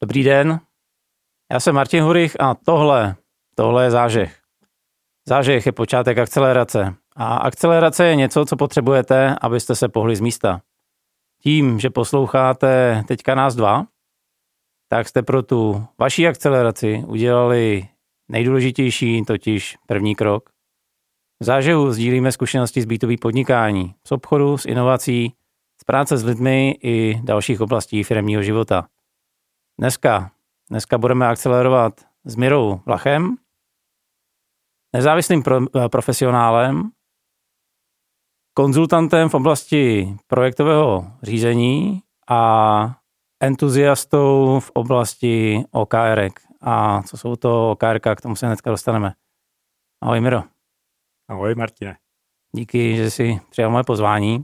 Dobrý den, já jsem Martin Hurich a tohle je zážeh. Zážeh je počátek akcelerace a akcelerace je něco, co potřebujete, abyste se pohli z místa. Tím, že posloucháte teďka nás dva, tak jste pro tu vaši akceleraci udělali nejdůležitější, totiž první krok. V zážehu sdílíme zkušenosti z B2B podnikání, z obchodu, z inovací, z práce s lidmi i dalších oblastí firemního života. Dneska budeme akcelerovat s Mirou Vlachem, nezávislým profesionálem, konzultantem v oblasti projektového řízení a entuziastou v oblasti OKR. A co jsou to OKR, k tomu se hnedka dostaneme. Ahoj Miro. Ahoj Martine. Díky, že jsi přijal moje pozvání.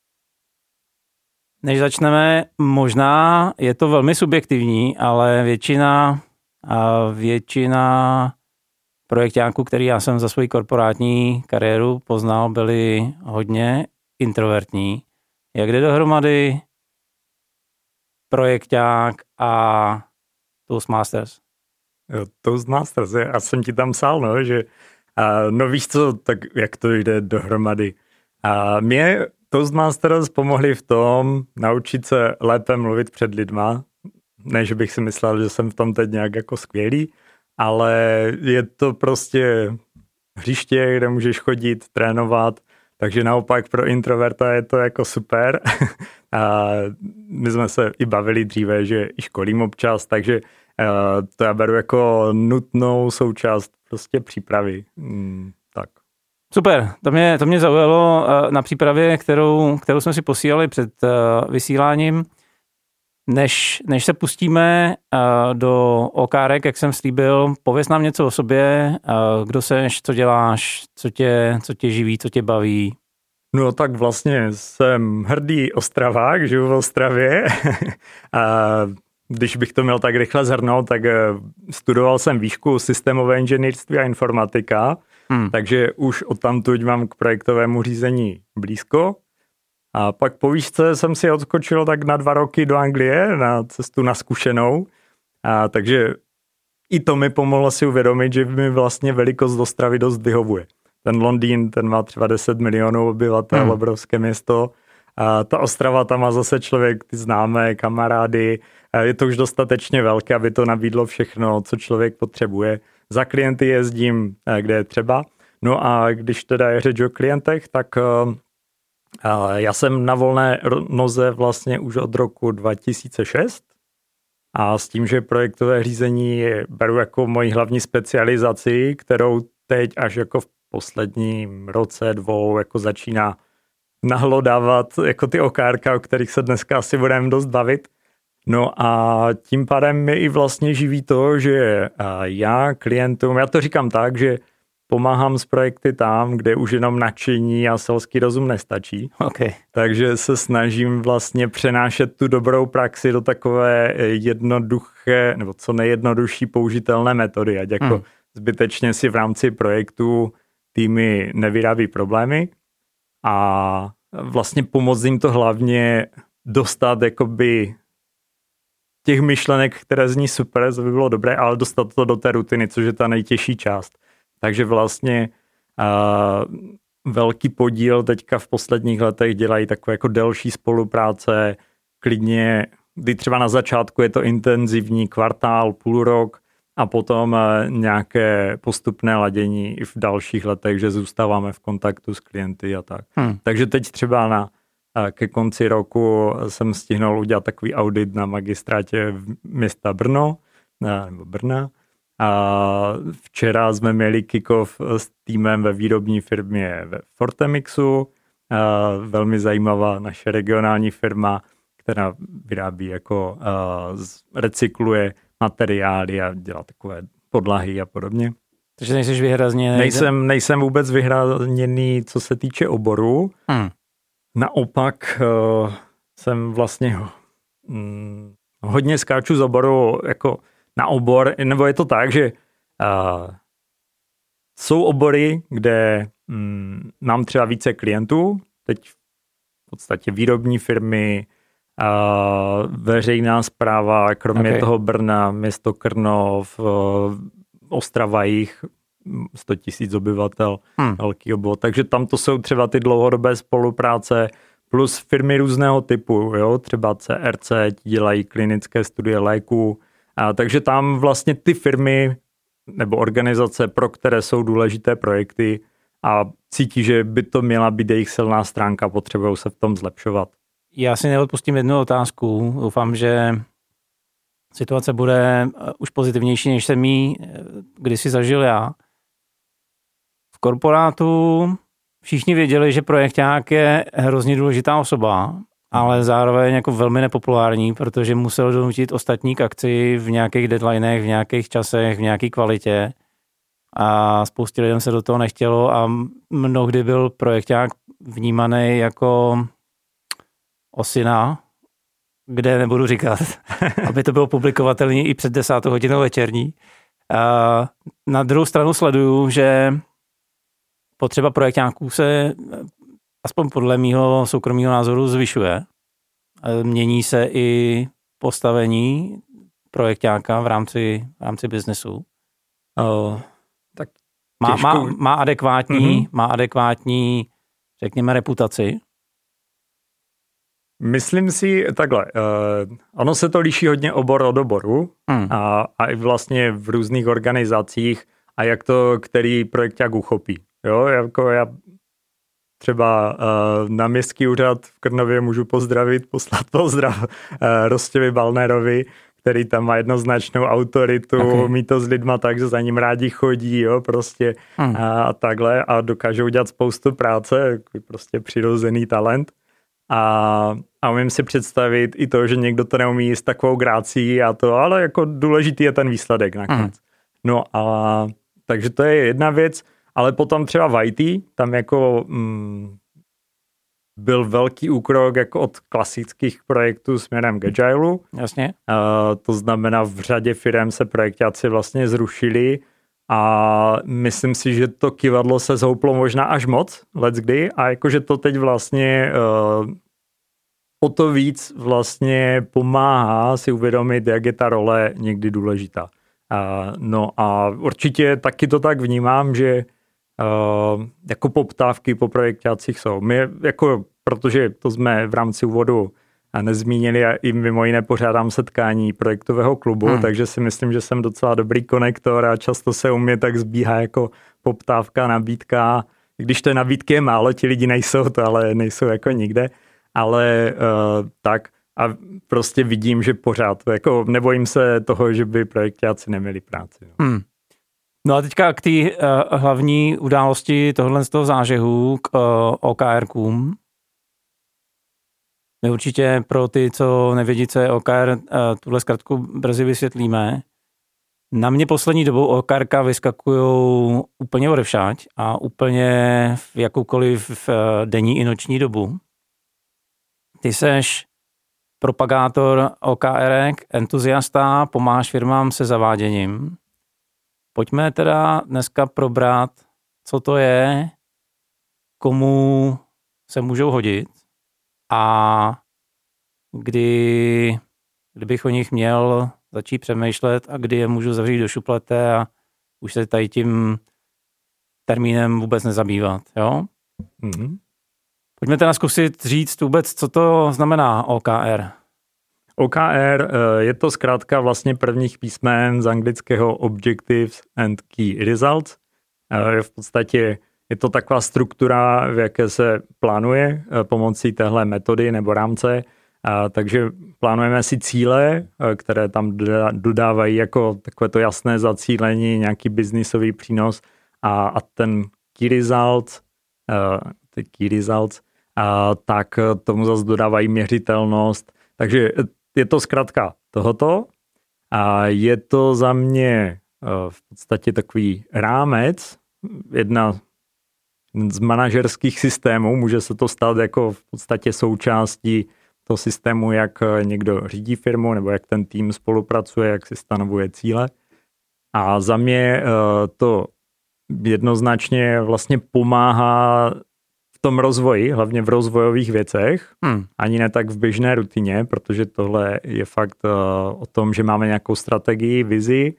Než začneme, možná je to velmi subjektivní, ale většina projekťáků, který já jsem za svoji korporátní kariéru poznal, byli hodně introvertní. Jak jde dohromady projekťák a Toastmasters? Toastmasters, já jsem ti tam psal, no, že no víš co, tak jak to jde dohromady. Mě Toastmasters pomohli v tom naučit se lépe mluvit před lidma, ne, že bych si myslel, že jsem v tom teď nějak jako skvělý, ale je to prostě hřiště, kde můžeš chodit, trénovat, takže naopak pro introverta je to jako super. A my jsme se i bavili dříve, že i školím občas, takže to já beru jako nutnou součást prostě přípravy. Tak. Super, to mě zaujalo na přípravě, kterou jsme si posílali před vysíláním. Než se pustíme do OKR, jak jsem slíbil, pověz nám něco o sobě, kdo seš, co děláš, co tě živí, co tě baví. No tak vlastně jsem hrdý Ostravák, žiju v Ostravě. Když bych to měl tak rychle shrnout, tak studoval jsem výšku systémové inženýrství a informatika, takže už odtamtud mám k projektovému řízení blízko. A pak po výšce jsem si odskočil tak na 2 roky do Anglie na cestu na zkušenou. Takže i to mi pomohlo si uvědomit, že mi vlastně velikost Ostravy dost vyhovuje. Ten Londýn, ten má třeba 10 milionů obyvatel, obrovské město. A ta Ostrava, tam má zase člověk, ty známé, kamarády. Je to už dostatečně velké, aby to nabídlo všechno, co člověk potřebuje. Za klienty jezdím, kde je třeba. No a když teda je řeč o klientech, tak já jsem na volné noze vlastně už od roku 2006 a s tím, že projektové řízení beru jako moji hlavní specializaci, kterou teď až jako v posledním roce, 2 jako začíná nahlodávat jako ty OKRka, o kterých se dneska asi budeme dost bavit. No a tím pádem mě i vlastně živí to, že já klientům, já to říkám tak, že pomáhám s projekty tam, kde už jenom nadšení a selský rozum nestačí. Okay. Takže se snažím vlastně přenášet tu dobrou praxi do takové jednoduché, nebo co nejjednodušší použitelné metody, ať jako zbytečně si v rámci projektu týmy nevyrábí problémy a vlastně pomoct jim to hlavně dostat jakoby těch myšlenek, které zní super, to by bylo dobré, ale dostat to do té rutiny, což je ta nejtěžší část. Takže vlastně velký podíl teďka v posledních letech dělají takové jako delší spolupráce, klidně, kdy třeba na začátku je to intenzivní kvartál, půl rok a potom nějaké postupné ladění i v dalších letech, že zůstáváme v kontaktu s klienty a tak. Takže teď třeba ke konci roku jsem stihnul udělat takový audit na magistrátě města Brno, nebo Brna. A včera jsme měli kick-off s týmem ve výrobní firmě ve Fortemixu. Velmi zajímavá naše regionální firma, která vyrábí jako recykluje materiály a dělá takové podlahy a podobně. Takže nejseš vyhrazně... Nejsem vůbec vyhrazněný, co se týče oboru. Naopak jsem vlastně hodně skáču z oboru jako na obor, nebo je to tak, že jsou obory, kde mám třeba více klientů, teď v podstatě výrobní firmy, veřejná správa, kromě toho Brna, město Krnov, Ostrava jich 100 000 obyvatel, velký obvod. Takže tam to jsou třeba ty dlouhodobé spolupráce, plus firmy různého typu, jo? Třeba CRC dělají klinické studie léků. Takže tam vlastně ty firmy nebo organizace, pro které jsou důležité projekty a cítí, že by to měla být jejich silná stránka, potřebují se v tom zlepšovat. Já si neodpustím jednu otázku. Doufám, že situace bude už pozitivnější, než jsem ji kdysi zažil já. V korporátu všichni věděli, že projekťák je hrozně důležitá osoba, ale zároveň jako velmi nepopulární, protože musel donutit ostatní k akci v nějakých deadlinech, v nějakých časech, v nějaké kvalitě a spoustě lidem se do toho nechtělo a mnohdy byl projekťák vnímaný jako osina, kde nebudu říkat, aby to bylo publikovatelné i před 10. hodinou večerní. A na druhou stranu sleduju, že potřeba projekťáků se aspoň podle mýho soukromého názoru zvyšuje. Mění se i postavení projekťáka v rámci biznesu. Tak má adekvátní, řekněme, reputaci. Myslím si takhle, ono se to liší hodně obor od oboru a i vlastně v různých organizacích a jak to který projekťák uchopí. Jo, jako já třeba na městský úřad v Krnově můžu poslat pozdrav Rostěvi Balnerovi, který tam má jednoznačnou autoritu, mít to s lidma tak, že za ním rádi chodí, jo, prostě a takhle a dokážou udělat spoustu práce, prostě přirozený talent. A umím si představit i to, že někdo to neumí s takovou grácí a to, ale jako důležitý je ten výsledek nakonec. No a takže to je jedna věc, ale potom třeba v IT, tam jako byl velký úkrok jako od klasických projektů směrem k Agileu. Jasně. To znamená, v řadě firem se projektáci vlastně zrušili a myslím si, že to kyvadlo se zhouplo možná až moc, leckdy, a jakože to teď vlastně o to víc vlastně pomáhá si uvědomit, jak je ta role někdy důležitá. No a určitě taky to tak vnímám, že jako poptávky po projektácích jsou. My jako, protože to jsme v rámci úvodu nezmínili a i mimo jiné pořádám setkání projektového klubu, takže si myslím, že jsem docela dobrý konektor a často se u mě tak zbíhá jako poptávka, nabídka. Když té nabídky je málo, ti lidi nejsou to, ale nejsou jako nikde. Ale tak a prostě vidím, že pořád, jako nebojím se toho, že by projektáci neměli práci. No a teďka k té hlavní události tohohle z toho zážehu k OKR-kům. My určitě pro ty, co nevědí, co je OKR, tuhle zkratku brzy vysvětlíme. Na mě poslední dobou OKR-ka vyskakují úplně odevšať a úplně v jakoukoliv denní i noční dobu. Ty seš propagátor OKR-ek, entuziasta, pomáháš firmám se zaváděním. Pojďme teda dneska probrat, co to je, komu se můžou hodit a kdybych o nich měl začít přemýšlet a kdy je můžu zavřít do šuplete a už se tady tím termínem vůbec nezabývat. Jo? Pojďme teda zkusit říct vůbec, co to znamená OKR. OKR je to zkrátka vlastně prvních písmen z anglického Objectives and Key Results. V podstatě je to taková struktura, v jaké se plánuje pomocí téhle metody nebo rámce. Takže plánujeme si cíle, které tam dodávají jako takové to jasné zacílení, nějaký biznisový přínos a ten key results, tak tomu zase dodávají měřitelnost. Takže je to zkrátka tohoto a je to za mě v podstatě takový rámec, jedna z manažerských systémů, může se to stát jako v podstatě součástí toho systému, jak někdo řídí firmu nebo jak ten tým spolupracuje, jak si stanovuje cíle. A za mě to jednoznačně vlastně pomáhá v tom rozvoji, hlavně v rozvojových věcech, ani ne tak v běžné rutině, protože tohle je fakt o tom, že máme nějakou strategii, vizi,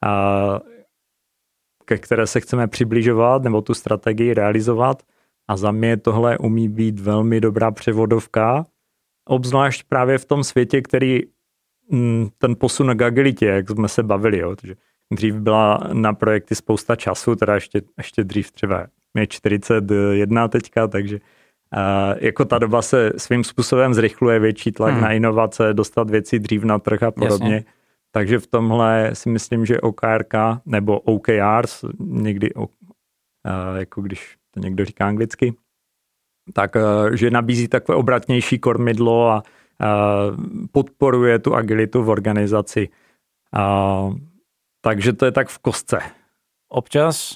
ke které se chceme přibližovat, nebo tu strategii realizovat. A za mě tohle umí být velmi dobrá převodovka, obzvlášť právě v tom světě, který ten posun k agilitě, jak jsme se bavili, jo, takže dřív byla na projekty spousta času, teda ještě dřív třeba je 41 teďka, takže jako ta doba se svým způsobem zrychluje, větší tlak na inovace, dostat věci dřív na trh a podobně. Jasně. Takže v tomhle si myslím, že OKRK nebo OKRs, někdy jako když to někdo říká anglicky, tak že nabízí takové obratnější kormidlo a podporuje tu agilitu v organizaci. Takže to je tak v kostce. Občas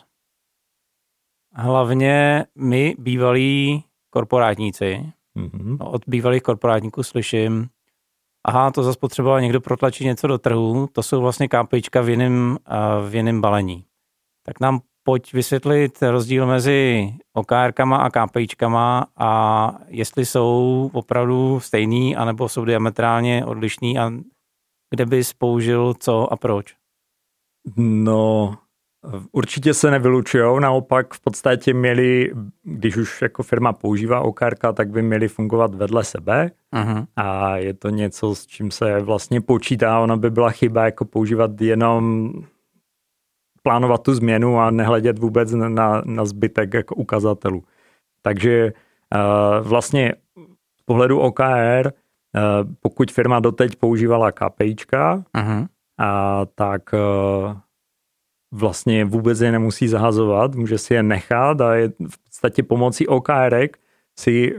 hlavně my bývalí korporátníci, od bývalých korporátníků slyším, aha, to zase potřeboval někdo protlačit něco do trhu, to jsou vlastně KPIčka v jiném balení. Tak nám pojď vysvětlit rozdíl mezi OKRkama a KPIčkama a jestli jsou opravdu stejný, anebo jsou diametrálně odlišný a kde bys použil co a proč? No, určitě se nevylučujou, naopak v podstatě měli, když už jako firma používá OKRka, tak by měli fungovat vedle sebe a je to něco, s čím se vlastně počítá, ona by byla chyba jako používat jenom plánovat tu změnu a nehledět vůbec na zbytek jako ukazatelů. Takže vlastně z pohledu OKR, pokud firma doteď používala KPIčka, tak vlastně vůbec je nemusí zahazovat, může si je nechat a je v podstatě pomocí OKRek si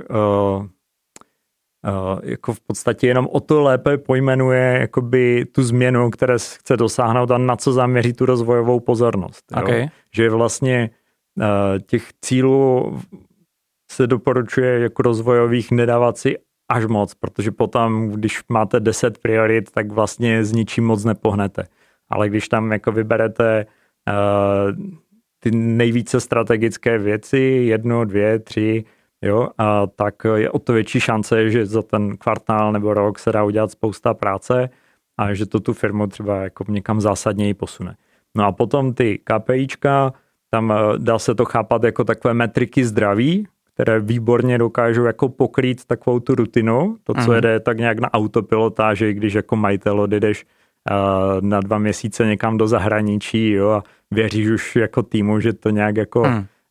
jako v podstatě jenom o to lépe pojmenuje jakoby tu změnu, které chce dosáhnout a na co zaměří tu rozvojovou pozornost. Okay. Jo? Že vlastně těch cílů se doporučuje jako rozvojových nedávat si až moc, protože potom, když máte 10 priorit, tak vlastně s ničím moc nepohnete. Ale když tam jako vyberete ty nejvíce strategické věci, 1, 2, 3, jo, a tak je o to větší šance, že za ten kvartál nebo rok se dá udělat spousta práce a že to tu firmu třeba jako někam zásadněji posune. No a potom ty KPIčka, tam dá se to chápat jako takové metriky zdraví, které výborně dokážou jako pokrýt takovou tu rutinu, to, co jede tak nějak na autopilotáži, když jako majitel odjedeš na 2 měsíce někam do zahraničí, jo, a věříš už jako týmu, že to nějak jako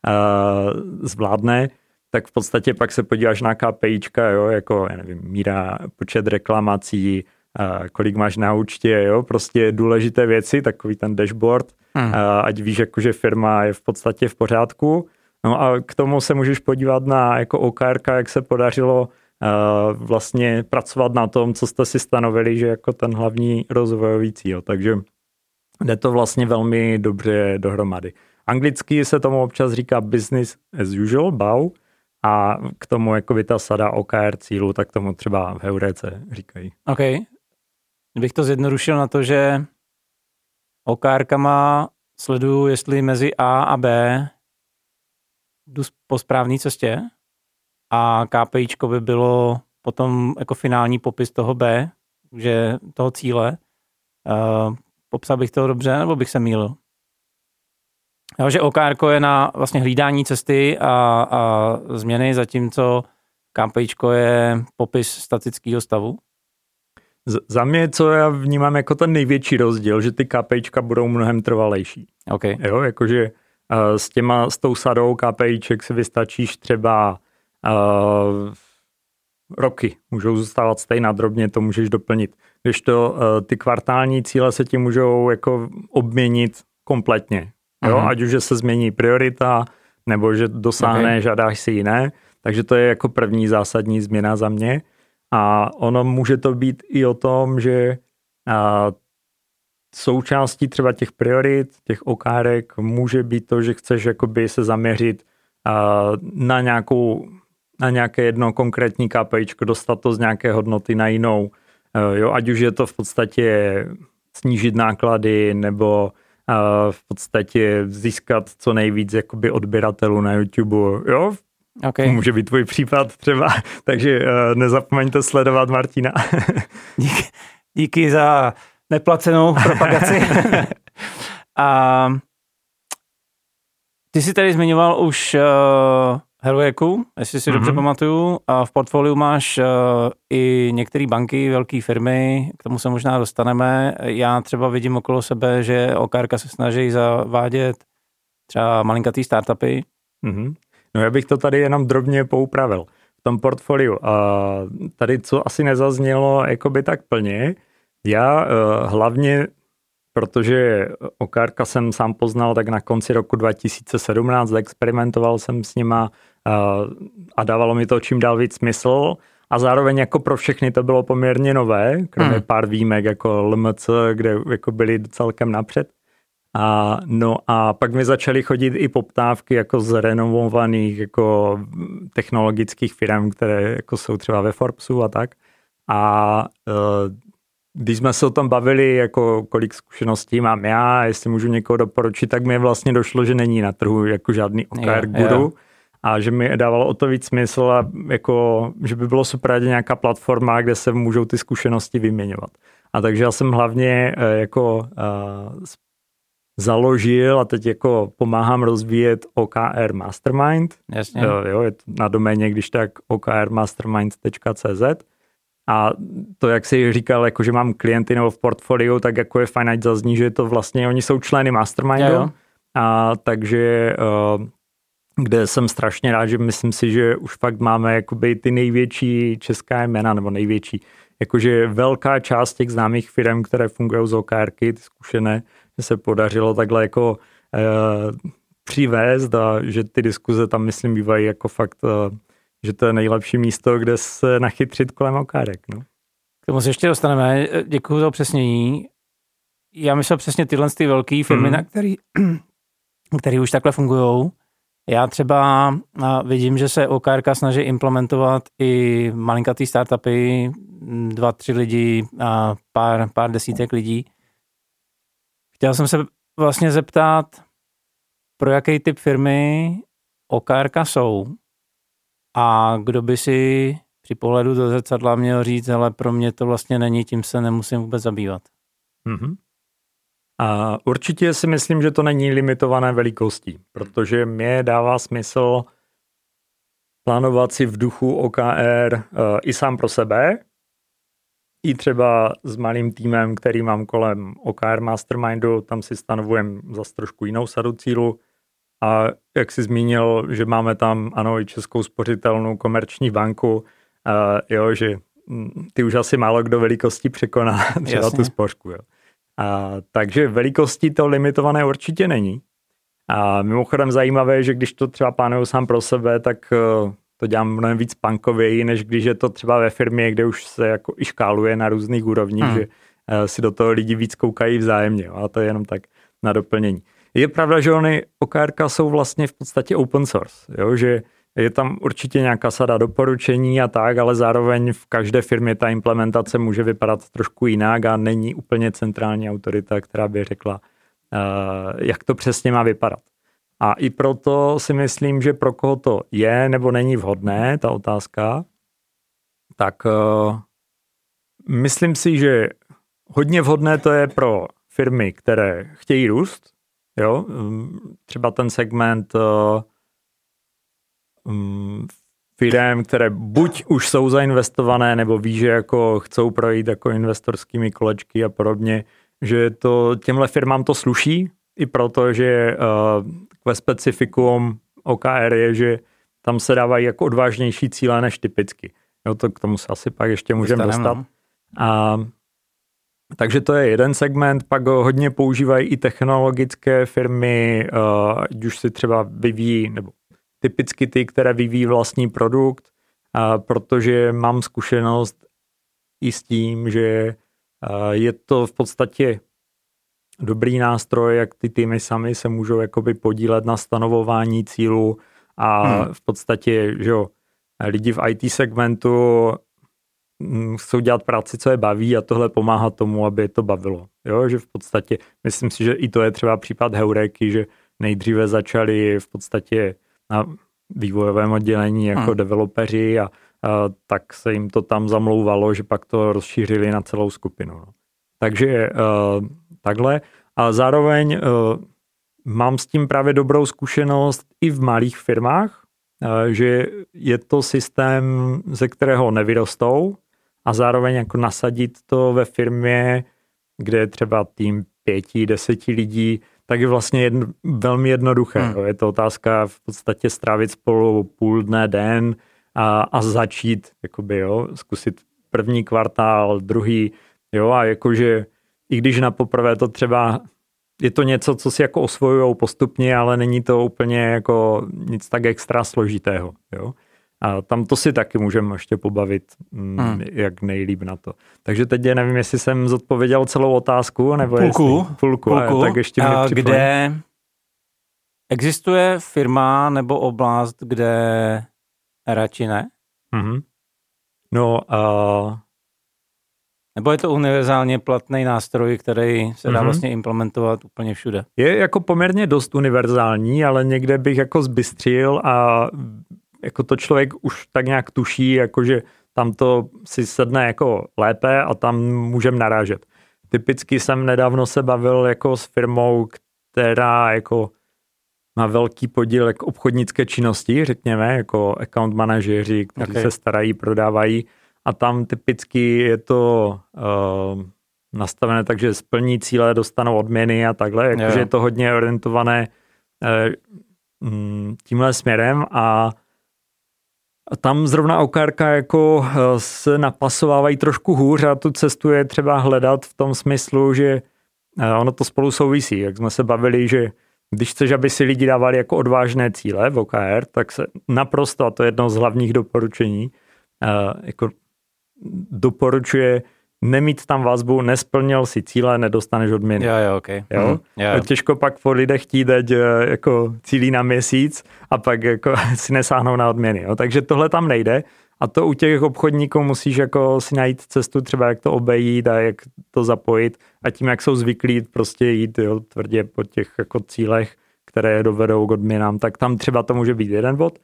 zvládne, tak v podstatě pak se podíváš na KPIčka, jo, jako, já nevím, míra, počet reklamací, kolik máš na účtě, jo, prostě důležité věci, takový ten dashboard, ať víš, jako, že firma je v podstatě v pořádku. No a k tomu se můžeš podívat na jako OKRka, jak se podařilo vlastně pracovat na tom, co jste si stanovili, že jako ten hlavní rozvojový cíl. Takže jde to vlastně velmi dobře dohromady. Anglicky se tomu občas říká business as usual, BAU, a k tomu jako ta sada OKR cílu, tak tomu třeba v Heuréce říkají. OK. Kdybych to zjednodušil na to, že OKRkama sleduju, jestli mezi A a B jdu po správné cestě a KPIčko by bylo potom jako finální popis toho B, že toho cíle. Popsal bych to dobře, nebo bych se mýlil? Jo, že OKR je na vlastně hlídání cesty a změny, zatímco KPIčko je popis statického stavu. Za mě, co já vnímám jako ten největší rozdíl, že ty KPIčka budou mnohem trvalejší. Okay. Jo, jakože s tou sadou KPIček si vystačíš třeba roky. Můžou zůstávat stejná, drobně to můžeš doplnit. Když to ty kvartální cíle se ti můžou jako obměnit kompletně. Jo? Ať už, že se změní priorita, nebo že dosáhneš a dáš si jiné. Takže to je jako první zásadní změna za mě. A ono může to být i o tom, že součástí třeba těch priorit, těch OKRek může být to, že chceš jakoby se zaměřit na nějaké jedno konkrétní KPIčko, dostat to z nějaké hodnoty na jinou. Jo, ať už je to v podstatě snížit náklady nebo v podstatě získat co nejvíc jakoby odběratelů na YouTube. Jo, Okay. To může být tvůj případ třeba, takže nezapomeňte sledovat Martina. Díky za neplacenou propagaci. A ty jsi tady zmiňoval už Helvéku, jestli si dobře pamatuju, a v portfoliu máš i některé banky, velké firmy, k tomu se možná dostaneme. Já třeba vidím okolo sebe, že OKR se snaží zavádět třeba malinkatý startupy. No já bych to tady jenom drobně poupravil v tom portfoliu. Tady, co asi nezaznělo jakoby tak plně, já hlavně, protože OKR jsem sám poznal tak na konci roku 2017, experimentoval jsem s nima a dávalo mi to čím dál víc smysl a zároveň jako pro všechny to bylo poměrně nové, kromě pár výjimek jako LMC, kde jako byli celkem napřed. A pak mi začaly chodit i poptávky jako z renovovaných jako technologických firm, které jako jsou třeba ve Forbesu a tak. A když jsme se o tom bavili, jako kolik zkušeností mám já, jestli můžu někoho doporučit, tak mi vlastně došlo, že není na trhu jako žádný OKR guru a že mi dávalo o to víc smysl a jako, že by bylo super nějaká platforma, kde se můžou ty zkušenosti vyměňovat. A takže já jsem hlavně jako založil a teď jako pomáhám rozvíjet OKR Mastermind. Jasně. Jo, je to na doméně, když tak okrmastermind.cz. A to, jak jsi říkal, jako, že mám klienty nebo v portfoliu, tak jako je fajn, ať zazní, že to vlastně, oni jsou členy Mastermindu. Jo. A takže, kde jsem strašně rád, že myslím si, že už fakt máme jakoby ty největší česká jména, nebo největší, jakože velká část těch známých firm, které fungují z OKRky, ty zkušené, že se podařilo takhle jako přivést a že ty diskuze tam, myslím, bývají jako fakt, že to je nejlepší místo, kde se nachytřit kolem OKRek. No. K tomu se ještě dostaneme. Děkuji za upřesnění. Já myslím přesně tyhle ty velké firmy, na který už takhle fungují. Já třeba vidím, že se OKRka snaží implementovat i malinkatý startupy, 2-3 lidi a pár desítek lidí. Chtěl jsem se vlastně zeptat, pro jaký typ firmy OKRka jsou a kdo by si při pohledu do zrcadla měl říct, ale pro mě to vlastně není, tím se nemusím vůbec zabývat. A určitě si myslím, že to není limitované velikostí, protože mě dává smysl plánovat si v duchu OKR i sám pro sebe, i třeba s malým týmem, který mám kolem OKR Mastermindu, tam si stanovujeme zase trošku jinou sadu cílu. A jak jsi zmínil, že máme tam, ano, i Českou spořitelnou komerční banku, jo, že ty už asi málo kdo velikostí překoná třeba tu spořku. Jo. Takže velikostí to limitované určitě není. A mimochodem zajímavé, že když to třeba plánuju sám pro sebe, tak to dělám mnohem víc punkověji, než když je to třeba ve firmě, kde už se jako i škáluje na různých úrovních, že si do toho lidi víc koukají vzájemně. Jo, a to je jenom tak na doplnění. Je pravda, že ony OKRka jsou vlastně v podstatě open source, jo, že je tam určitě nějaká sada doporučení a tak, ale zároveň v každé firmě ta implementace může vypadat trošku jinak a není úplně centrální autorita, která by řekla, jak to přesně má vypadat. A i proto si myslím, že pro koho to je nebo není vhodné, ta otázka, tak myslím si, že hodně vhodné to je pro firmy, které chtějí růst, jo, třeba ten segment firem, které buď už jsou zainvestované, nebo ví, že jako chcou projít jako investorskými kolečky a podobně, že to těmhle firmám to sluší, i proto, že ve specifikum OKR je, že tam se dávají jako odvážnější cíle než typicky. Jo, to k tomu se asi pak ještě můžeme dostat. Takže to je jeden segment, pak ho hodně používají i technologické firmy, ať už si třeba vyvíjí, nebo typicky ty, které vyvíjí vlastní produkt, protože mám zkušenost i s tím, že je to v podstatě dobrý nástroj, jak ty týmy sami se můžou jakoby podílet na stanovování cílů a v podstatě, že jo, lidi v IT segmentu chcou dělat práci, co je baví a tohle pomáhá tomu, aby je to bavilo. Jo, že v podstatě, myslím si, že i to je třeba případ Heuréky, že nejdříve začali v podstatě vývojovém oddělení jako developeři a tak se jim to tam zamlouvalo, že pak to rozšířili na celou skupinu. No. Takže takhle. A zároveň mám s tím právě dobrou zkušenost i v malých firmách, že je to systém, ze kterého nevyrostou a zároveň jako nasadit to ve firmě, kde je třeba tým 5-10 lidí, tak je vlastně velmi jednoduché. Je to otázka v podstatě strávit spolu půl dne, den a začít, jakoby, zkusit první kvartál, druhý, a jakože i když na poprvé to třeba je to něco, co si jako osvojujou postupně, ale není to úplně jako nic tak extra složitého. Jo? A tam to si taky můžeme ještě pobavit, jak nejlíp na to. Takže teď nevím, jestli jsem zodpověděl celou otázku, nebo půlku. Tak ještě mi připoň. Kde existuje firma nebo oblast, kde radši ne? No, nebo je to univerzálně platný nástroj, který se dá vlastně implementovat úplně všude? Je jako poměrně dost univerzální, ale někde bych jako zbystřil a jako to člověk už tak nějak tuší, jakože tam to si sedne jako lépe a tam můžeme narážet. Typicky jsem nedávno se bavil jako s firmou, která jako má velký podíl jako obchodnické činnosti, řekněme, jako account manažeři, kteří se starají, prodávají. A tam typicky je to nastavené tak, že splní cíle, dostanou odměny a takhle, jakože je to hodně orientované tímhle směrem a tam zrovna OKRka jako se napasovávají trošku hůř a tu cestu je třeba hledat v tom smyslu, že ono to spolu souvisí, jak jsme se bavili, že když chceš, aby si lidi dávali jako odvážné cíle v OKR, tak se naprosto, a to je jedno z hlavních doporučení, jako doporučuje nemít tam vazbu, nesplnil si cíle, nedostaneš odměny. Okay. Těžko pak po lidech chtít jako cílí na měsíc a pak jako si nesáhnou na odměny. Takže tohle tam nejde a to u těch obchodníků musíš jako si najít cestu třeba, jak to obejít a jak to zapojit a tím, jak jsou zvyklí prostě jít tvrdě po těch jako cílech, které dovedou k odměnám, tak tam třeba to může být jeden bod,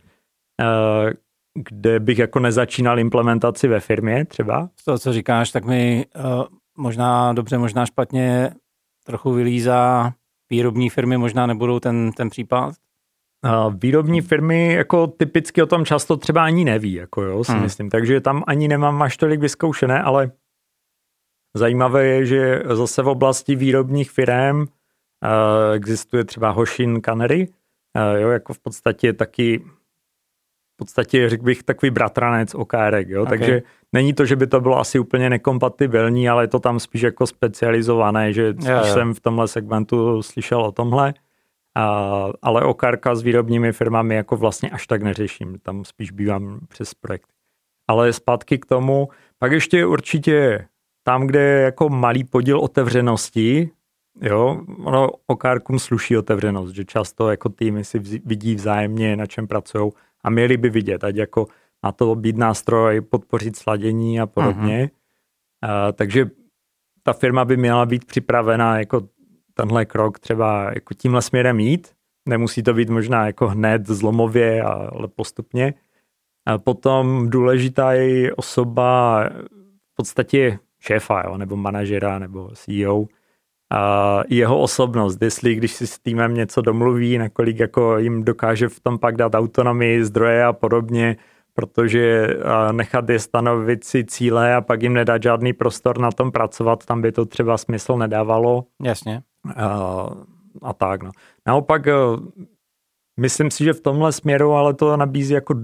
kde bych jako nezačínal implementaci ve firmě třeba. Z toho, co říkáš, tak mi možná dobře, možná špatně trochu vylízá výrobní firmy, možná nebudou ten případ? Výrobní firmy jako typicky o tom často třeba ani neví, jako si myslím, takže tam ani nemám až tolik vyzkoušené, ale zajímavé je, že zase v oblasti výrobních firm existuje třeba Hoshin Kanri, jako v podstatě taky řekl bych, takový bratranec OKRek, takže není to, že by to bylo asi úplně nekompatibilní, ale je to tam spíš jako specializované, že spíš jsem v tomhle segmentu slyšel o tomhle, ale OKRka s výrobními firmami jako vlastně až tak neřeším, tam spíš bývám přes projekt. Ale zpátky k tomu, pak ještě určitě tam, kde je jako malý podíl otevřenosti, ono OKRkům sluší otevřenost, že často jako týmy si vidí vzájemně, na čem pracují, a měli by vidět, ať jako na to být nástroj, podpořit sladění a podobně. Takže ta firma by měla být připravena jako tenhle krok třeba jako tímhle směrem jít. Nemusí to být možná jako hned zlomově, ale postupně. A potom důležitá je osoba v podstatě šéfa, nebo manažera, nebo CEO. A jeho osobnost, jestli když si s týmem něco domluví, nakolik jako jim dokáže v tom pak dát autonomii, zdroje a podobně, protože nechat je stanovit si cíle a pak jim nedat žádný prostor na tom pracovat, tam by to třeba smysl nedávalo. Jasně. A tak, no. Naopak, myslím si, že v tomhle směru ale to nabízí jako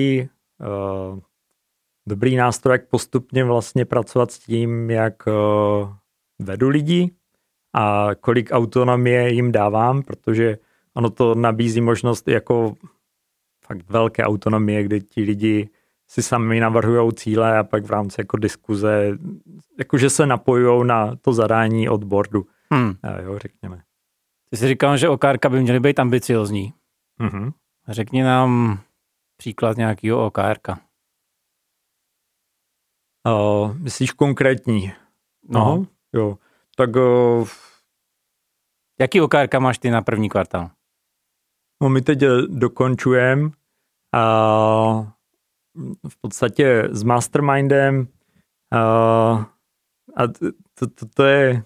dobrý nástroj, jak postupně vlastně pracovat s tím, jak vedu lidi a kolik autonomie jim dávám, protože ono to nabízí možnost jako fakt velké autonomie, kdy ti lidi si sami navrhujou cíle a pak v rámci jako diskuze, jakože se napojujou na to zadání od boardu. Řekněme. Ty jsi říkal, že OKRka by měly být ambiciozní. Řekni nám příklad nějakého OKRka. Myslíš konkrétní? No. Jo. Tak... Jaký OKRka máš ty na první kvartál? No my teď dokončujeme v podstatě s mastermindem a to je...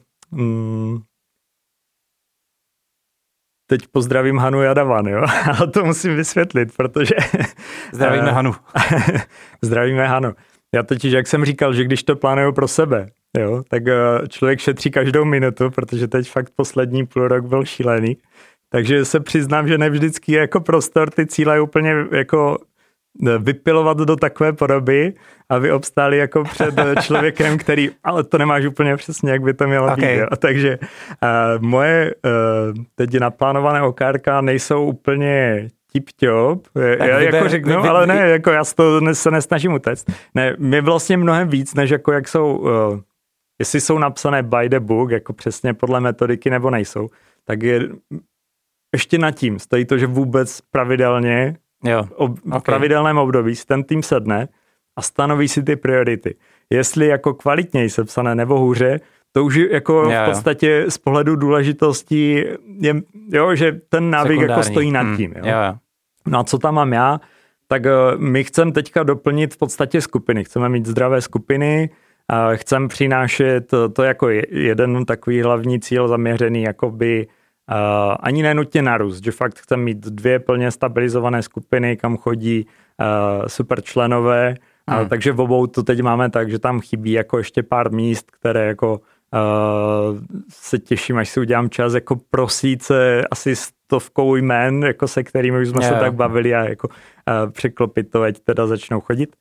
Teď pozdravím Hanu Jadavan, jo? A to musím vysvětlit, protože... Zdravíme Hanu. Zdravíme Hanu. Já totiž, jak jsem říkal, že když to plánuju pro sebe, jo, tak člověk šetří každou minutu, protože teď fakt poslední půl rok byl šílený. Takže se přiznám, že nevždycky je jako prostor ty cíle úplně jako vypilovat do takové podoby, aby obstáli jako před člověkem, který, ale to nemáš úplně přesně, jak by to mělo být. Jo. Takže moje teď naplánované okárka nejsou úplně tip-top. Já jako řeknu, ale ne, jako já se nesnažím utéct. Ne, my vlastně mnohem víc, než jako jak jsou, jestli jsou napsané by the book, jako přesně podle metodiky, nebo nejsou, tak je ještě nad tím stojí to, že vůbec pravidelně v pravidelném období si ten tým sedne a stanoví si ty priority. Jestli jako kvalitněji sepsané nebo hůře, to už jako v podstatě z pohledu důležitosti je, jo, že ten návyk jako stojí nad tím. Jo. No a co tam mám já? Tak my chceme teďka doplnit v podstatě skupiny. Chceme mít zdravé skupiny, chceme přinášet to jako jeden takový hlavní cíl zaměřený jakoby ani nenutně na růst, že fakt chceme mít 2 plně stabilizované skupiny, kam chodí super členové, takže v obou to teď máme tak, že tam chybí jako ještě pár míst, které jako se těším, až si udělám čas jako prosít se asi 100 jmén, jako se kterými už jsme se tak bavili a jako překlopit to, ať teda začnou chodit.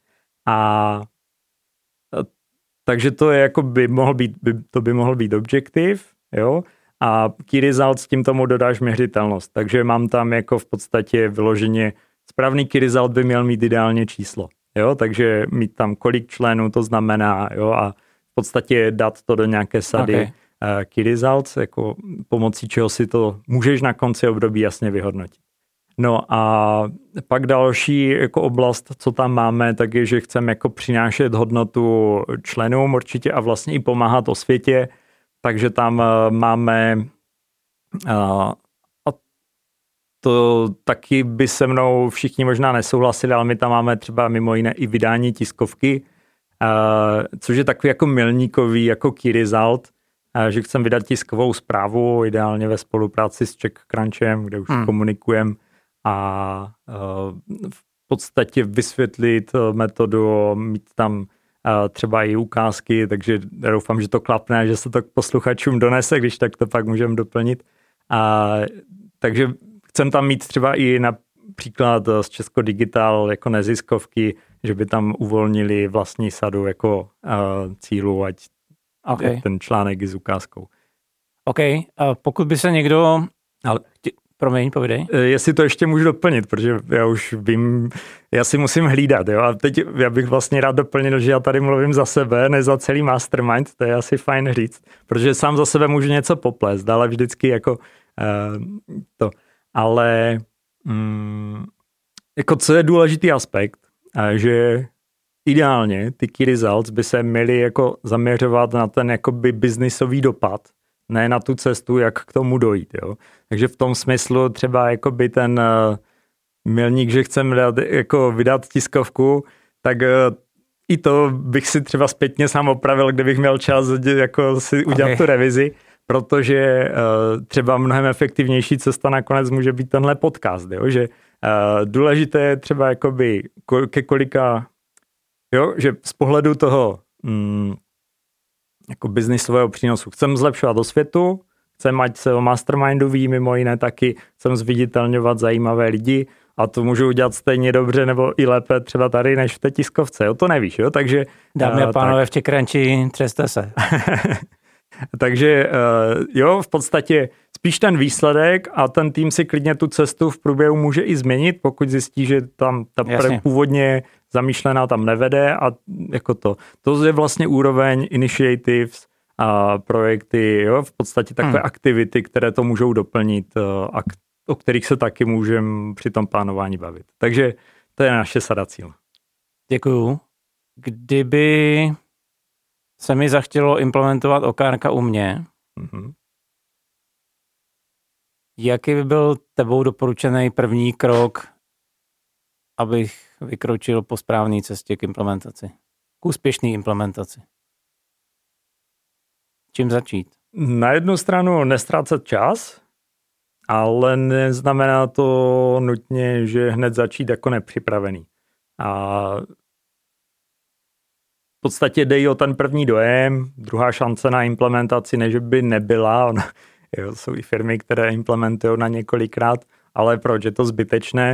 Takže to je jako by mohl být objektiv, jo. A key result s tím tomu dodáš měřitelnost. Takže mám tam jako v podstatě vyloženě správný key result by měl mít ideálně číslo. Jo? Takže mít tam kolik členů to znamená, jo? A v podstatě dát to do nějaké sady key results, jako pomocí čeho si to můžeš na konci období jasně vyhodnotit. No a pak další jako oblast, co tam máme, tak je, že chceme jako přinášet hodnotu členům určitě a vlastně i pomáhat osvětě. Takže tam máme, a to taky by se mnou všichni možná nesouhlasili, ale my tam máme třeba mimo jiné i vydání tiskovky, což je takový jako milníkový jako key result, že chcem vydat tiskovou zprávu, ideálně ve spolupráci s CheckCrunchem, kde už komunikujeme a v podstatě vysvětlit metodu, mít tam třeba i ukázky, takže doufám, že to klapne, že se to k posluchačům donese, když tak to pak můžeme doplnit. Takže chcem tam mít třeba i například z Česko Digital jako neziskovky, že by tam uvolnili vlastní sadu jako cílu, ať ten článek je s ukázkou. OK, pokud by se někdo... Promiň, povídej. Jestli to ještě můžu doplnit, protože já už vím, já si musím hlídat, jo, a teď já bych vlastně rád doplnil, že já tady mluvím za sebe, ne za celý mastermind, to je asi fajn říct, protože sám za sebe můžu něco poplést, ale vždycky jako to. Ale jako co je důležitý aspekt, že ideálně ty key results by se měly jako zaměřovat na ten jakoby biznisový dopad, ne na tu cestu, jak k tomu dojít. Jo. Takže v tom smyslu třeba jakoby ten milník, že chcem jako vydat tiskovku, tak i to bych si třeba zpětně sám opravil, kdybych měl čas jako si udělat tu revizi, protože třeba mnohem efektivnější cesta nakonec může být tenhle podcast. Jo. Že důležité je třeba jakoby ke kolika, jo, že z pohledu toho jako biznisového přínosu. Chcem zlepšovat osvětu, chcem, ať se o mastermindu ví, mimo jiné taky, chcem zviditelňovat zajímavé lidi a to můžu udělat stejně dobře nebo i lépe třeba tady, než v té tiskovce. Jo, to nevíš, jo, takže... Dámy a pánové, v CheckCrunchi, třeste se. Takže jo, v podstatě spíš ten výsledek a ten tým si klidně tu cestu v průběhu může i změnit, pokud zjistí, že tam ta původně zamýšlená tam nevede a jako to. To je vlastně úroveň initiatives a projekty, jo, v podstatě takové aktivity, které to můžou doplnit a o kterých se taky můžeme při tom plánování bavit. Takže to je naše sada cíl. Děkuju. Kdyby se mi zachtělo implementovat okárka u mě, jaký by byl tebou doporučený první krok, abych vykročil po správné cestě k implementaci? K úspěšné implementaci. Čím začít? Na jednu stranu nestrácet čas, ale neznamená to nutně, že hned začít jako nepřipravený. A v podstatě jde o ten první dojem, druhá šance na implementaci, než by nebyla. Jsou i firmy, které implementují na několikrát, ale proč je to zbytečné?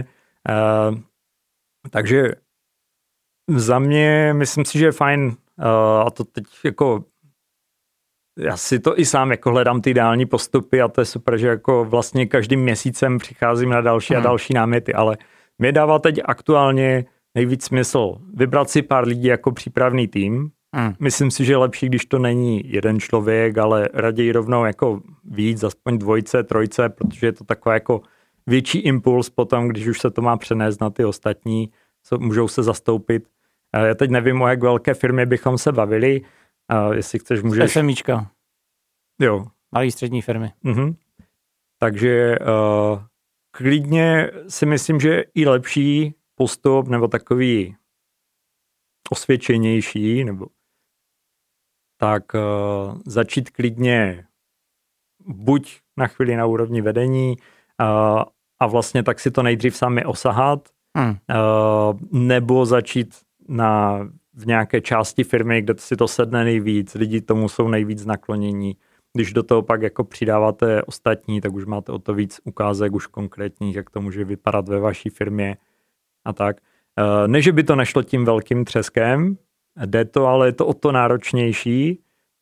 Takže za mě myslím si, že je fajn, a to teď jako já si to i sám jako hledám ty ideální postupy a to je super, že jako vlastně každým měsícem přicházím na další a další náměty, ale mě dává teď aktuálně nejvíc smysl vybrat si pár lidí jako přípravný tým. Myslím si, že je lepší, když to není jeden člověk, ale raději rovnou jako víc, aspoň 2, 3, protože je to takový jako větší impuls potom, když už se to má přenést na ty ostatní, můžou se zastoupit. Já teď nevím, o jak velké firmě bychom se bavili. Jestli chceš, můžeš... SMIčka. Jo. Malý střední firmy. Takže klidně si myslím, že i lepší postup, nebo takový osvědčenější, nebo tak začít klidně buď na chvíli na úrovni vedení a vlastně tak si to nejdřív sami osahat, nebo začít v nějaké části firmy, kde si to sedne nejvíc, lidi tomu jsou nejvíc naklonění. Když do toho pak jako přidáváte ostatní, tak už máte o to víc ukázek už konkrétních, jak to může vypadat ve vaší firmě a tak. Ne, že by to nešlo tím velkým třeskem, jde to, ale je to o to náročnější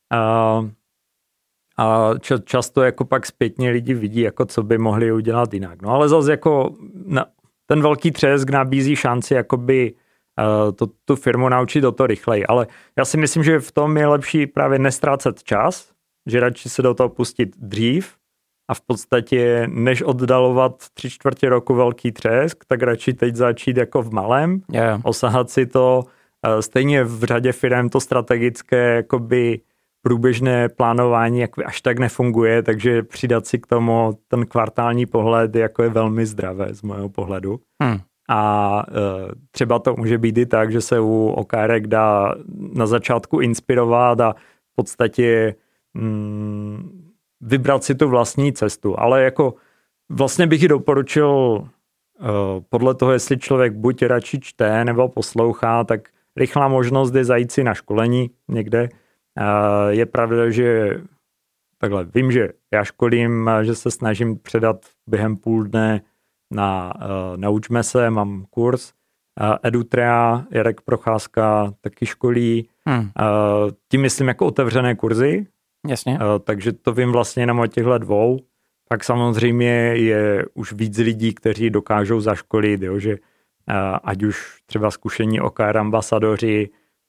a často jako pak zpětně lidi vidí, jako co by mohli udělat jinak. No ale zase jako ten velký třesk nabízí šanci jakoby tu firmu naučit o to rychleji, ale já si myslím, že v tom je lepší právě nestrácet čas, že radši se do toho pustit dřív a v podstatě než oddalovat 3/4 roku velký třesk, tak radši teď začít jako v malém, osahat si to. Stejně v řadě firem to strategické jakoby průběžné plánování jako až tak nefunguje, takže přidat si k tomu ten kvartální pohled jako je velmi zdravé z mého pohledu. A třeba to může být i tak, že se u OKRek dá na začátku inspirovat a v podstatě vybrat si tu vlastní cestu. Ale jako vlastně bych ji doporučil podle toho, jestli člověk buď radši čte nebo poslouchá, tak rychlá možnost je zajít si na školení někde. Je pravda, že takhle vím, že já školím, že se snažím předat během půl dne na Naučme se, mám kurz. Edutrea, Jarek Procházka taky školí. Tím myslím jako otevřené kurzy. Jasně. Takže to vím vlastně jenom o těchto 2. Pak samozřejmě je už víc lidí, kteří dokážou zaškolit, jo, že ať už třeba zkušení OKR ambasadoři,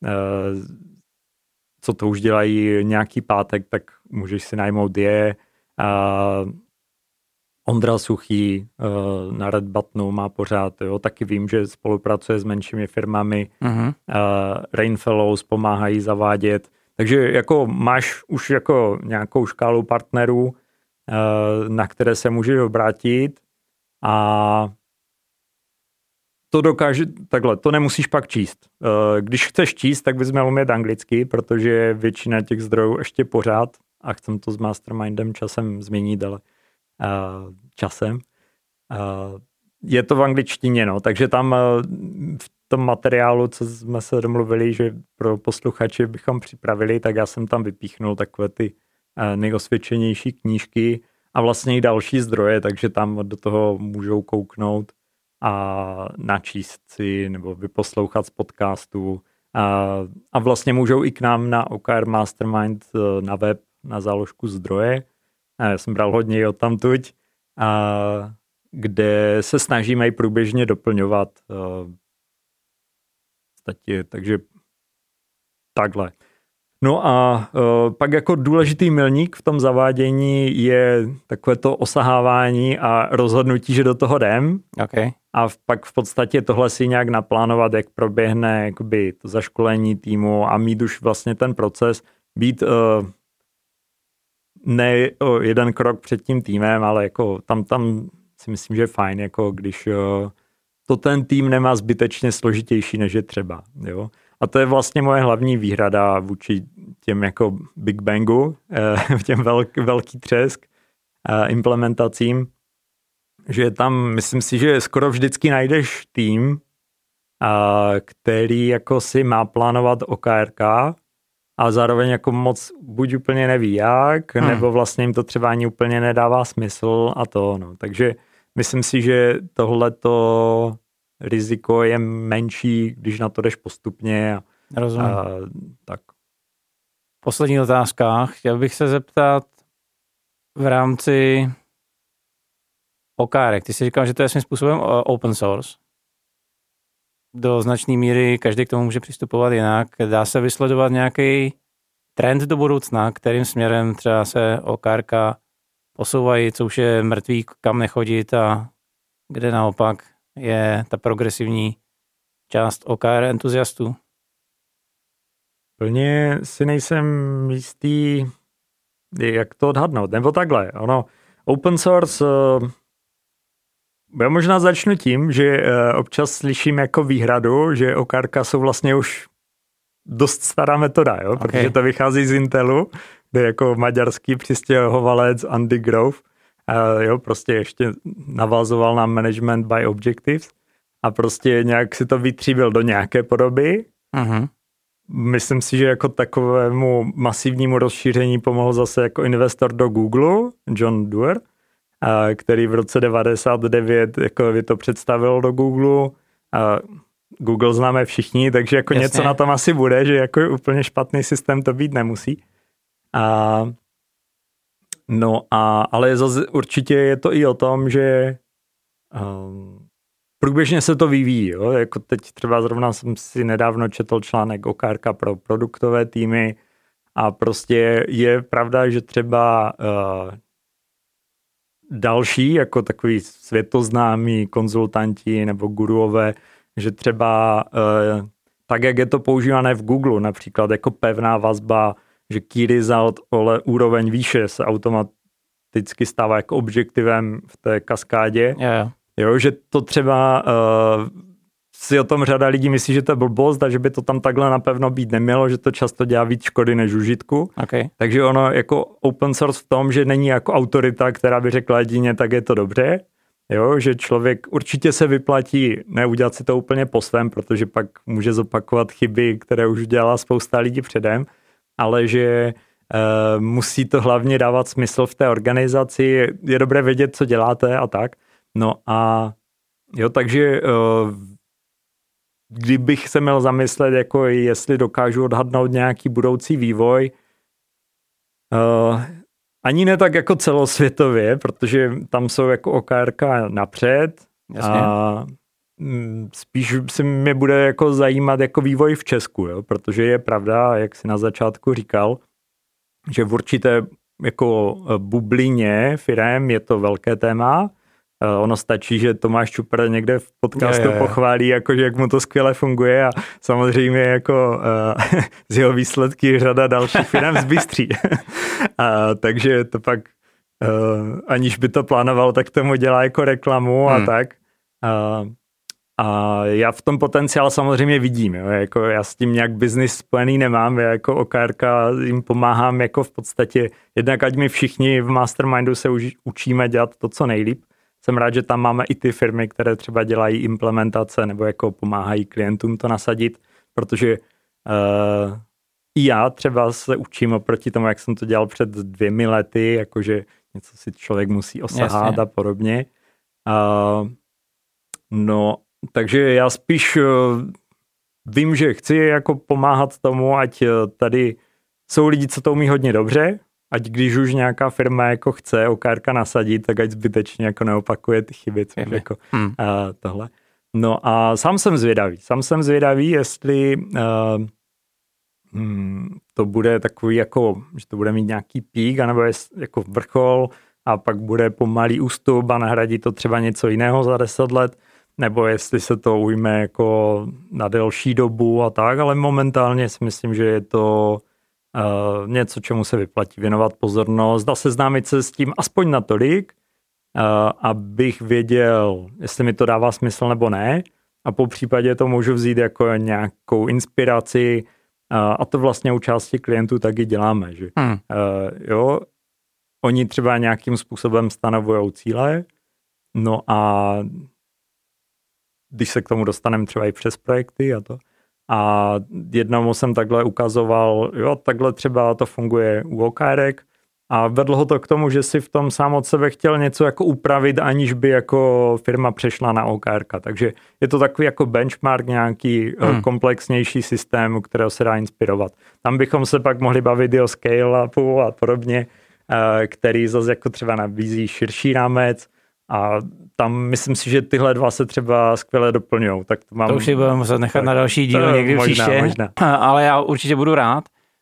co to už dělají nějaký pátek, tak můžeš si najmout je. Ondra Suchý na Red Buttonu má pořád, jo, taky vím, že spolupracuje s menšími firmami. Rain Fellows pomáhají zavádět. Takže jako máš už jako nějakou škálu partnerů, na které se můžeš obrátit a to dokáže, takhle, to nemusíš pak číst. Když chceš číst, tak bys měl umět anglicky, protože většina těch zdrojů ještě pořád, a chcem to s Mastermindem časem změnit, ale časem, je to v angličtině, no, takže tam v tom materiálu, co jsme se domluvili, že pro posluchače bychom připravili, tak já jsem tam vypíchnul takové ty nejosvědčenější knížky a vlastně i další zdroje, takže tam do toho můžou kouknout a načíst si nebo vyposlouchat z podcastu a vlastně můžou i k nám na OKR Mastermind na web na záložku zdroje. Já jsem bral hodně i odtamtuť, kde se snažíme i průběžně doplňovat. Takže takhle. No a pak jako důležitý milník v tom zavádění je takové to osahávání a rozhodnutí, že do toho jdem. Okay. A pak v podstatě tohle si nějak naplánovat, jak proběhne jakoby to zaškolení týmu a mít už vlastně ten proces, být ne o jeden krok před tím týmem, ale jako tam si myslím, že je fajn, jako když to ten tým nemá zbytečně složitější, než je třeba. Jo? A to je vlastně moje hlavní výhrada vůči těm jako Big Bangu, těm velký třesk implementacím, že tam, myslím si, že skoro vždycky najdeš tým, který jako si má plánovat OKRK a zároveň jako moc buď úplně neví jak, nebo vlastně jim to třeba ani úplně nedává smysl a to. No. Takže myslím si, že tohleto riziko je menší, když na to jdeš postupně. Rozumím. Tak. Poslední otázka. Chtěl bych se zeptat v rámci OKR. Ty jsi říkal, že to je svým způsobem open source. Do značné míry každý k tomu může přistupovat jinak. Dá se vysledovat nějaký trend do budoucna, kterým směrem třeba se OKRK posouvají, co už je mrtvý, kam nechodit a kde naopak je ta progresivní část OKR entuziastů? Plně si nejsem jistý, jak to odhadnout. Nebo takhle. Open source, já možná začnu tím, že občas slyším jako výhradu, že OKRka jsou vlastně už dost stará metoda, jo? Okay. Protože to vychází z Intelu, kde jako maďarský přistěhovalec Andy Grove prostě ještě navazoval na management by objectives a prostě nějak si to vytříbil do nějaké podoby. Uh-huh. Myslím si, že jako takovému masivnímu rozšíření pomohl zase jako investor do Google, John Doerr, který v roce 99 jako by to představil do Google. Google známe všichni, takže jako něco na tom asi bude, že jako úplně špatný systém to být nemusí. Ale zase určitě je to i o tom, že průběžně se to vyvíjí. Jo? Jako teď třeba zrovna jsem si nedávno četl článek OKRka pro produktové týmy a prostě je pravda, že třeba další, jako takový světoznámí konzultanti nebo guruové, že třeba tak, jak je to používané v Google, například jako pevná vazba, že key result o úroveň výše se automaticky stává jako objektivem v té kaskádě. Yeah. Jo, že to třeba si o tom řada lidí myslí, že to je blbost a že by to tam takhle napevno být nemělo, že to často dělá víc škody než užitku. Okay. Takže ono jako open source v tom, že není jako autorita, která by řekla jedině, tak je to dobře. Jo, že člověk určitě se vyplatí neudělat si to úplně po svém, protože pak může zopakovat chyby, které už dělala spousta lidí předem, ale že musí to hlavně dávat smysl v té organizaci, je dobré vědět, co děláte a tak. No a jo, takže kdybych se měl zamyslet, jako jestli dokážu odhadnout nějaký budoucí vývoj, ani ne tak jako celosvětově, protože tam jsou jako OKRK napřed. Jasně. A spíš si mě bude jako zajímat jako vývoj v Česku, jo? Protože je pravda, jak si na začátku říkal, že v určité jako bublině firem je to velké téma. Ono stačí, že Tomáš Čupr někde v podcastu pochválí, jakože jak mu to skvěle funguje a samozřejmě jako z jeho výsledky řada dalších firem zbystří. Takže to pak, aniž by to plánoval, tak tomu dělá jako reklamu a tak. A já v tom potenciál samozřejmě vidím. Jo? Jako já s tím nějak business spojený nemám. Já jako OKRka jim pomáhám jako v podstatě, jednak ať my všichni v Mastermindu se učíme dělat to, co nejlíp. Jsem rád, že tam máme i ty firmy, které třeba dělají implementace nebo jako pomáhají klientům to nasadit, protože i já třeba se učím oproti tomu, jak jsem to dělal před 2 lety, jakože něco si člověk musí osahat a podobně. No, takže já spíš vím, že chci jako pomáhat tomu, ať tady jsou lidi, co to umí hodně dobře, ať když už nějaká firma jako chce OKRka nasadit, tak ať zbytečně jako neopakuje ty chyby, což jako tohle. No a sám jsem zvědavý, jestli to bude takový jako, že to bude mít nějaký pík, anebo jako vrchol a pak bude pomalý ústup a nahradí to třeba něco jiného za 10 let, nebo jestli se to ujme jako na delší dobu a tak, ale momentálně si myslím, že je to něco, čemu se vyplatí věnovat pozornost a seznámit se s tím aspoň natolik, abych věděl, jestli mi to dává smysl nebo ne, a po případě to můžu vzít jako nějakou inspiraci, a to vlastně u části klientů taky děláme, že jo, oni třeba nějakým způsobem stanovujou cíle, no a když se k tomu dostaneme třeba i přes projekty a to, a jednomu jsem takhle ukazoval, jo, takhle třeba to funguje u OKRek, a vedlo ho to k tomu, že si v tom sám od sebe chtěl něco jako upravit, aniž by jako firma přešla na OKRka. Takže je to takový jako benchmark, nějaký komplexnější systém, u kterého se dá inspirovat. Tam bychom se pak mohli bavit o scale-upu a podobně, který zase jako třeba nabízí širší rámec, a tam myslím si, že tyhle dva se třeba skvěle doplňují. Tak to už si budeme muset nechat na další díl někdy příště, ale já určitě budu rád.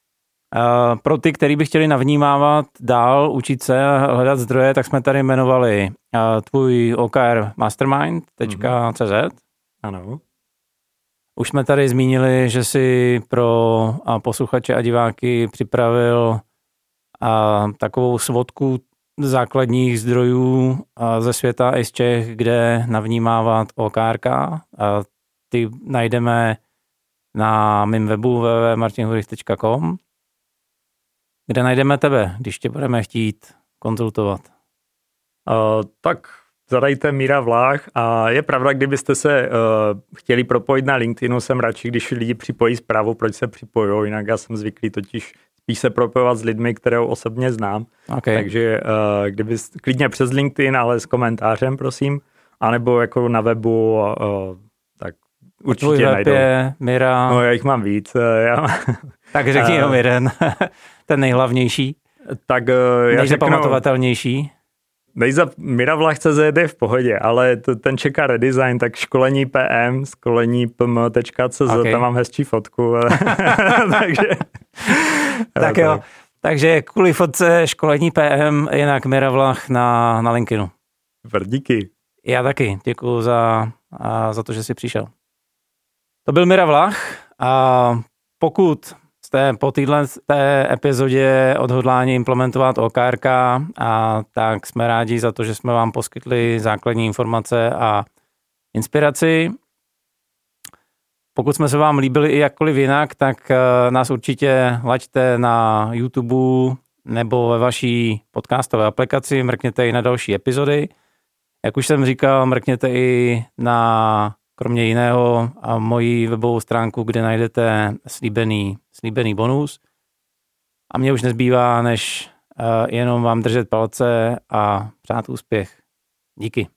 Pro ty, kteří by chtěli navnímávat dál, učit se a hledat zdroje, tak jsme tady jmenovali tvůj OKR mastermind.cz. Ano. Už jsme tady zmínili, že si pro posluchače a diváky připravil takovou svodku základních zdrojů ze světa i z Čech, kde navnímávat OKRka. Ty najdeme na mém webu www.martinhurich.com, kde najdeme tebe, když tě budeme chtít konzultovat. Tak zadajte Míra Vlách, a je pravda, kdybyste se chtěli propojit na LinkedInu, jsem radši, když lidi připojí zprávu, proč se připojují, jinak já jsem zvyklý totiž spíš se propojovat s lidmi, které osobně znám. Okay. Takže kdyby klidně přes LinkedIn, ale s komentářem, prosím, anebo jako na webu, tak určitě najdou. Je Mira. No, já jich mám víc. Tak řekni jenom jeden, ten nejhlavnější, tak nejzapamatovatelnější. Miravlach.cz je v pohodě, ale ten čeká redesign, tak školení PM, školení pm.cz, okay. Tam mám hezčí fotku. Takže, tak jo, takže kvůli fotce školení PM, jinak Miravlach na LinkedInu. Díky. Já taky, děkuju za to, že jsi přišel. To byl Miravlach, a pokud jste po té epizodě odhodlání implementovat OKRK, tak jsme rádi za to, že jsme vám poskytli základní informace a inspiraci. Pokud jsme se vám líbili i jakkoliv jinak, tak nás určitě laďte na YouTube nebo ve vaší podcastové aplikaci, mrkněte i na další epizody. Jak už jsem říkal, mrkněte i na, kromě jiného, moji webovou stránku, kde najdete slíbený bonus. A mně už nezbývá, než jenom vám držet palce a přát úspěch. Díky.